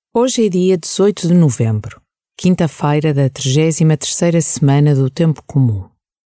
Hoje é dia 18 de novembro, quinta-feira da 33ª semana do Tempo Comum.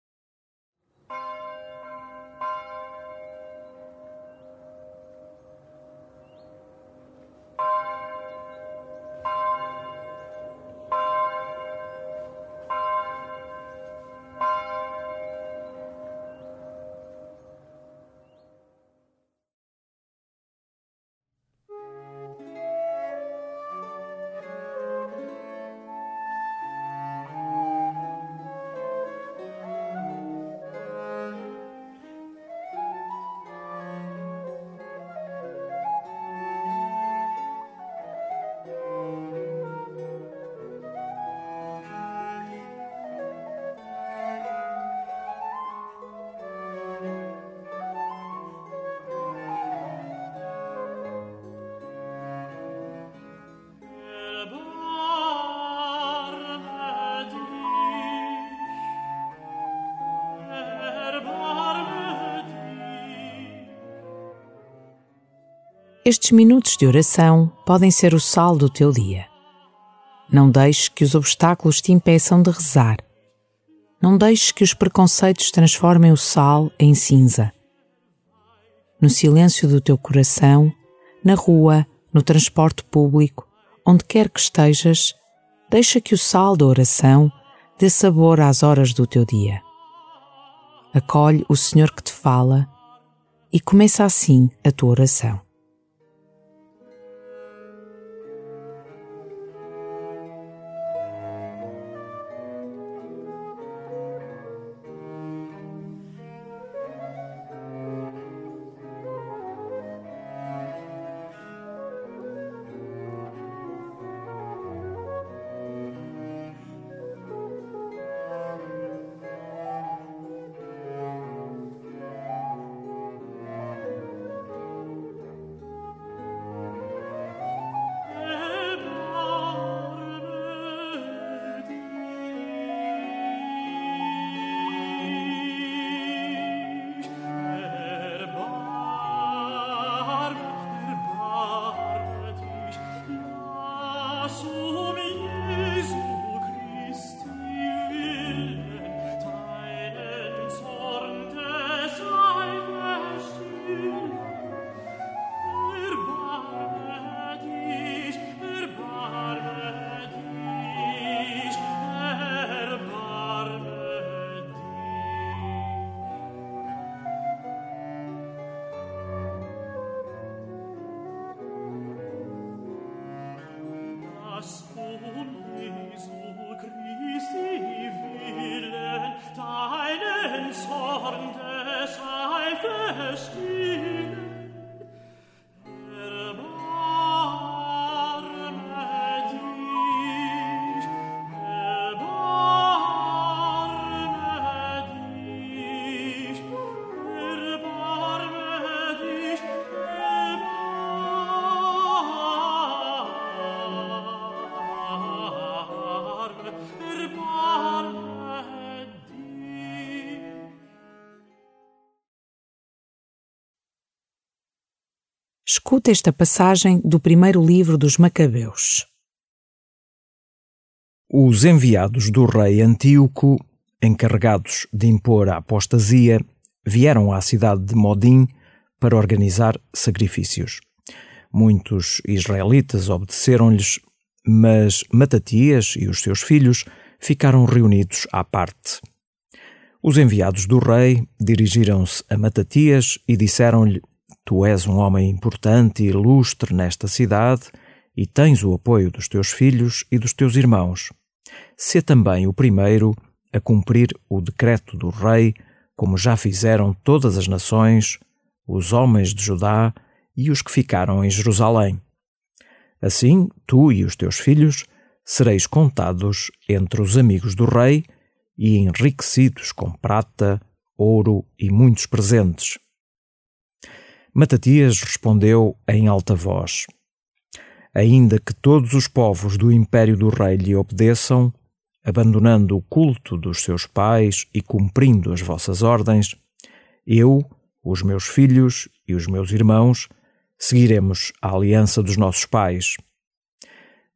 Estes minutos de oração podem ser o sal do teu dia. Não deixes que os obstáculos te impeçam de rezar. Não deixes que os preconceitos transformem o sal em cinza. No silêncio do teu coração, na rua, no transporte público, onde quer que estejas, deixa que o sal da oração dê sabor às horas do teu dia. Acolhe o Senhor que te fala e começa assim a tua oração. Escuta esta passagem do primeiro livro dos Macabeus. Os enviados do rei Antíoco, encarregados de impor a apostasia, vieram à cidade de Modim para organizar sacrifícios. Muitos israelitas obedeceram-lhes, mas Matatias e os seus filhos ficaram reunidos à parte. Os enviados do rei dirigiram-se a Matatias e disseram-lhe: Tu és um homem importante e ilustre nesta cidade e tens o apoio dos teus filhos e dos teus irmãos. Sê também o primeiro a cumprir o decreto do rei, como já fizeram todas as nações, os homens de Judá e os que ficaram em Jerusalém. Assim, tu e os teus filhos sereis contados entre os amigos do rei e enriquecidos com prata, ouro e muitos presentes. Matatias respondeu em alta voz: Ainda que todos os povos do império do rei lhe obedeçam, abandonando o culto dos seus pais e cumprindo as vossas ordens, eu, os meus filhos e os meus irmãos, seguiremos a aliança dos nossos pais.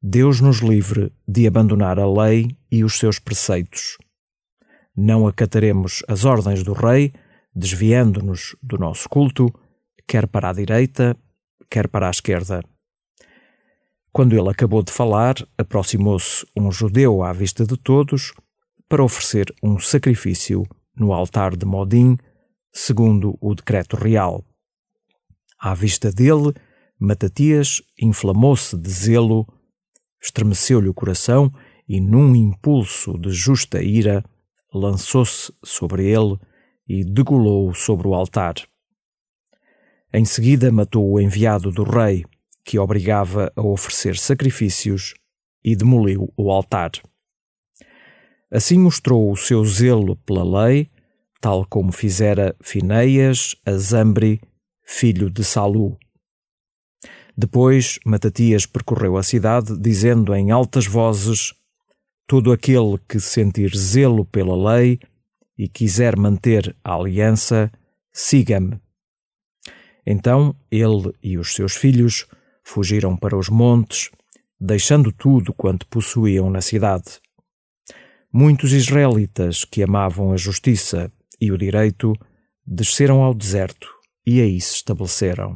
Deus nos livre de abandonar a lei e os seus preceitos. Não acataremos as ordens do rei, desviando-nos do nosso culto, quer para a direita, quer para a esquerda. Quando ele acabou de falar, aproximou-se um judeu à vista de todos para oferecer um sacrifício no altar de Modim, segundo o decreto real. À vista dele, Matatias inflamou-se de zelo, estremeceu-lhe o coração e, num impulso de justa ira, lançou-se sobre ele e degolou-o sobre o altar. Em seguida matou o enviado do rei, que obrigava a oferecer sacrifícios, e demoliu o altar. Assim mostrou o seu zelo pela lei, tal como fizera Finéias a Zambri, filho de Salu. Depois Matatias percorreu a cidade, dizendo em altas vozes: todo aquele que sentir zelo pela lei e quiser manter a aliança, siga-me. Então ele e os seus filhos fugiram para os montes, deixando tudo quanto possuíam na cidade. Muitos israelitas que amavam a justiça e o direito desceram ao deserto e aí se estabeleceram.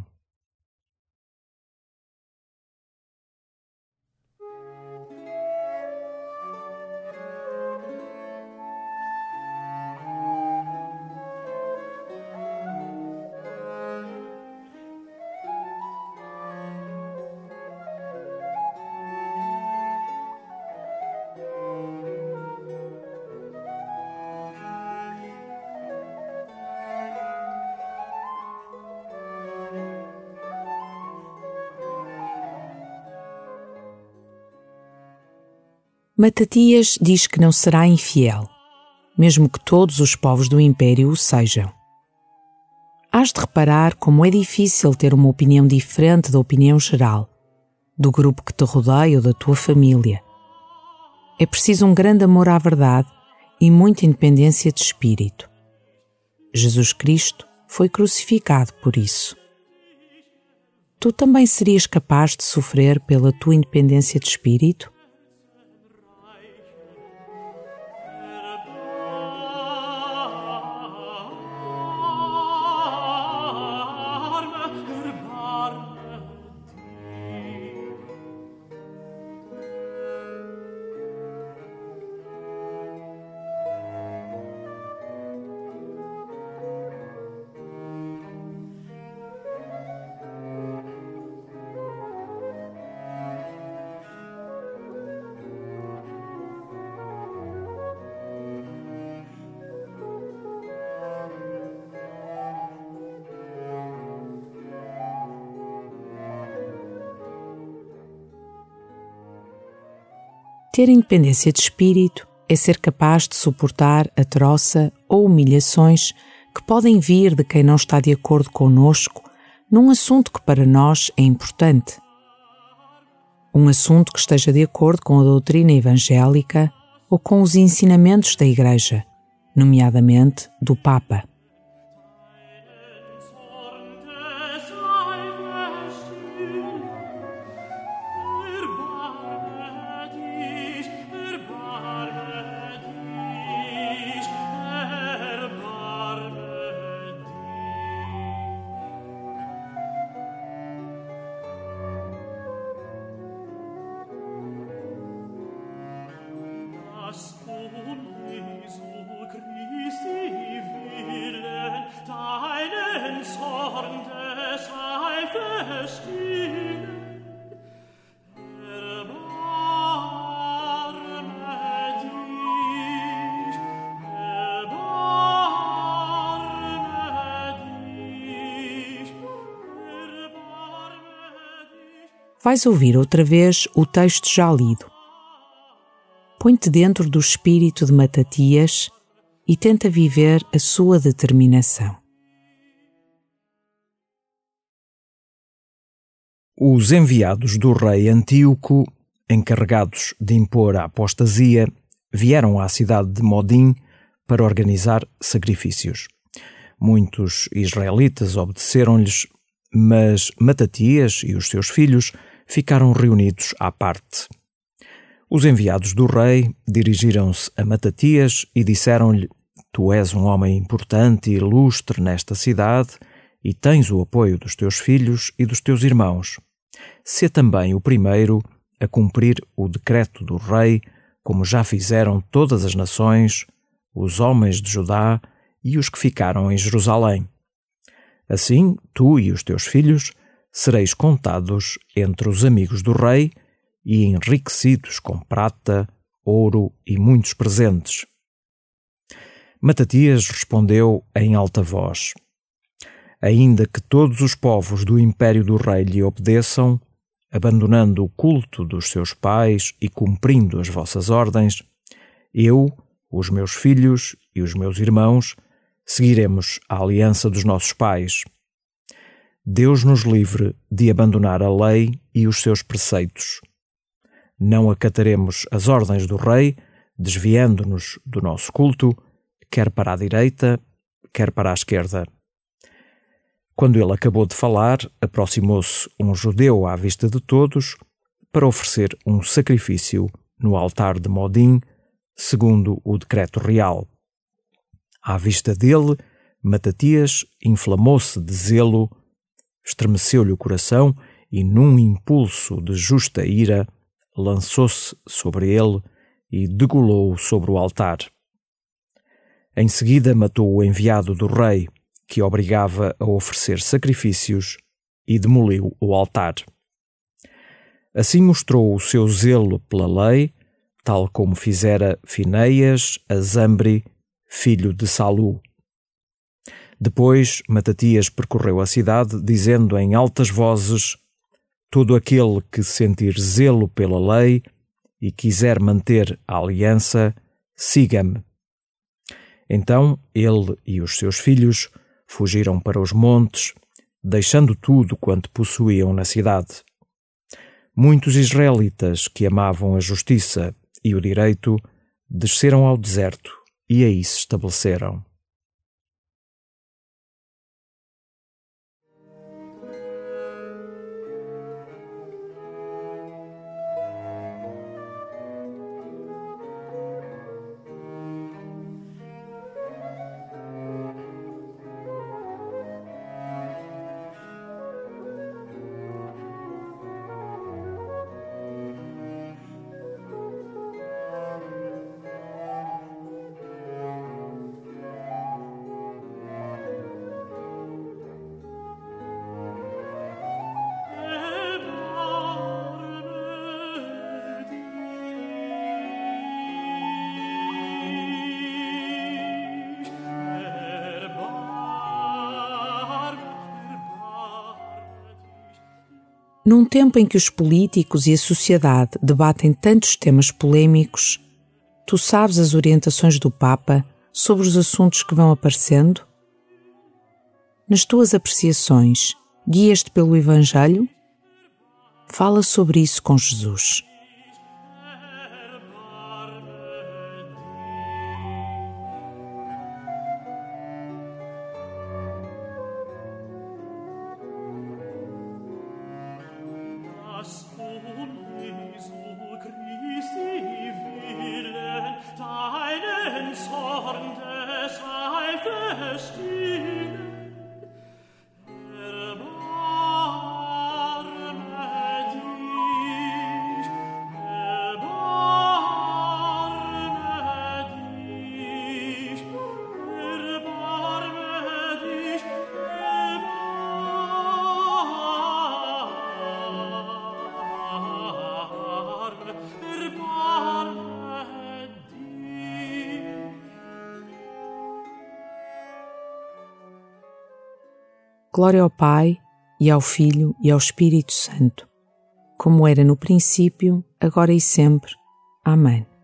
Matatias diz que não será infiel, mesmo que todos os povos do Império o sejam. Hás de reparar como é difícil ter uma opinião diferente da opinião geral, do grupo que te rodeia ou da tua família. É preciso um grande amor à verdade e muita independência de espírito. Jesus Cristo foi crucificado por isso. Tu também serias capaz de sofrer pela tua independência de espírito? Ter independência de espírito é ser capaz de suportar a troça ou humilhações que podem vir de quem não está de acordo connosco num assunto que para nós é importante. Um assunto que esteja de acordo com a doutrina evangélica ou com os ensinamentos da Igreja, nomeadamente do Papa. Vais ouvir outra vez o texto já lido. Põe-te dentro do espírito de Matatias e tenta viver a sua determinação. Os enviados do rei Antíoco, encarregados de impor a apostasia, vieram à cidade de Modim para organizar sacrifícios. Muitos israelitas obedeceram-lhes, mas Matatias e os seus filhos ficaram reunidos à parte. Os enviados do rei dirigiram-se a Matatias e disseram-lhe: Tu és um homem importante e ilustre nesta cidade e tens o apoio dos teus filhos e dos teus irmãos. Sê também o primeiro a cumprir o decreto do rei, como já fizeram todas as nações, os homens de Judá e os que ficaram em Jerusalém. Assim, tu e os teus filhos sereis contados entre os amigos do rei e enriquecidos com prata, ouro e muitos presentes. Matatias respondeu em alta voz: Ainda que todos os povos do império do rei lhe obedeçam, abandonando o culto dos seus pais e cumprindo as vossas ordens, eu, os meus filhos e os meus irmãos, seguiremos a aliança dos nossos pais. Deus nos livre de abandonar a lei e os seus preceitos. Não acataremos as ordens do rei, desviando-nos do nosso culto, quer para a direita, quer para a esquerda. Quando ele acabou de falar, aproximou-se um judeu à vista de todos para oferecer um sacrifício no altar de Modim, segundo o decreto real. À vista dele, Matatias inflamou-se de zelo, estremeceu-lhe o coração e, num impulso de justa ira, lançou-se sobre ele e degolou-o sobre o altar. Em seguida matou o enviado do rei, que obrigava a oferecer sacrifícios, e demoliu o altar. Assim mostrou o seu zelo pela lei, tal como fizera Finéias, a Zambri, filho de Salu. Depois Matatias percorreu a cidade, dizendo em altas vozes: Todo aquele que sentir zelo pela lei e quiser manter a aliança, siga-me. Então ele e os seus filhos fugiram para os montes, deixando tudo quanto possuíam na cidade. Muitos israelitas que amavam a justiça e o direito desceram ao deserto e aí se estabeleceram. Num tempo em que os políticos e a sociedade debatem tantos temas polémicos, tu sabes as orientações do Papa sobre os assuntos que vão aparecendo? Nas tuas apreciações, guias-te pelo Evangelho? Fala sobre isso com Jesus. Glória ao Pai, e ao Filho, e ao Espírito Santo, como era no princípio, agora e sempre. Amém.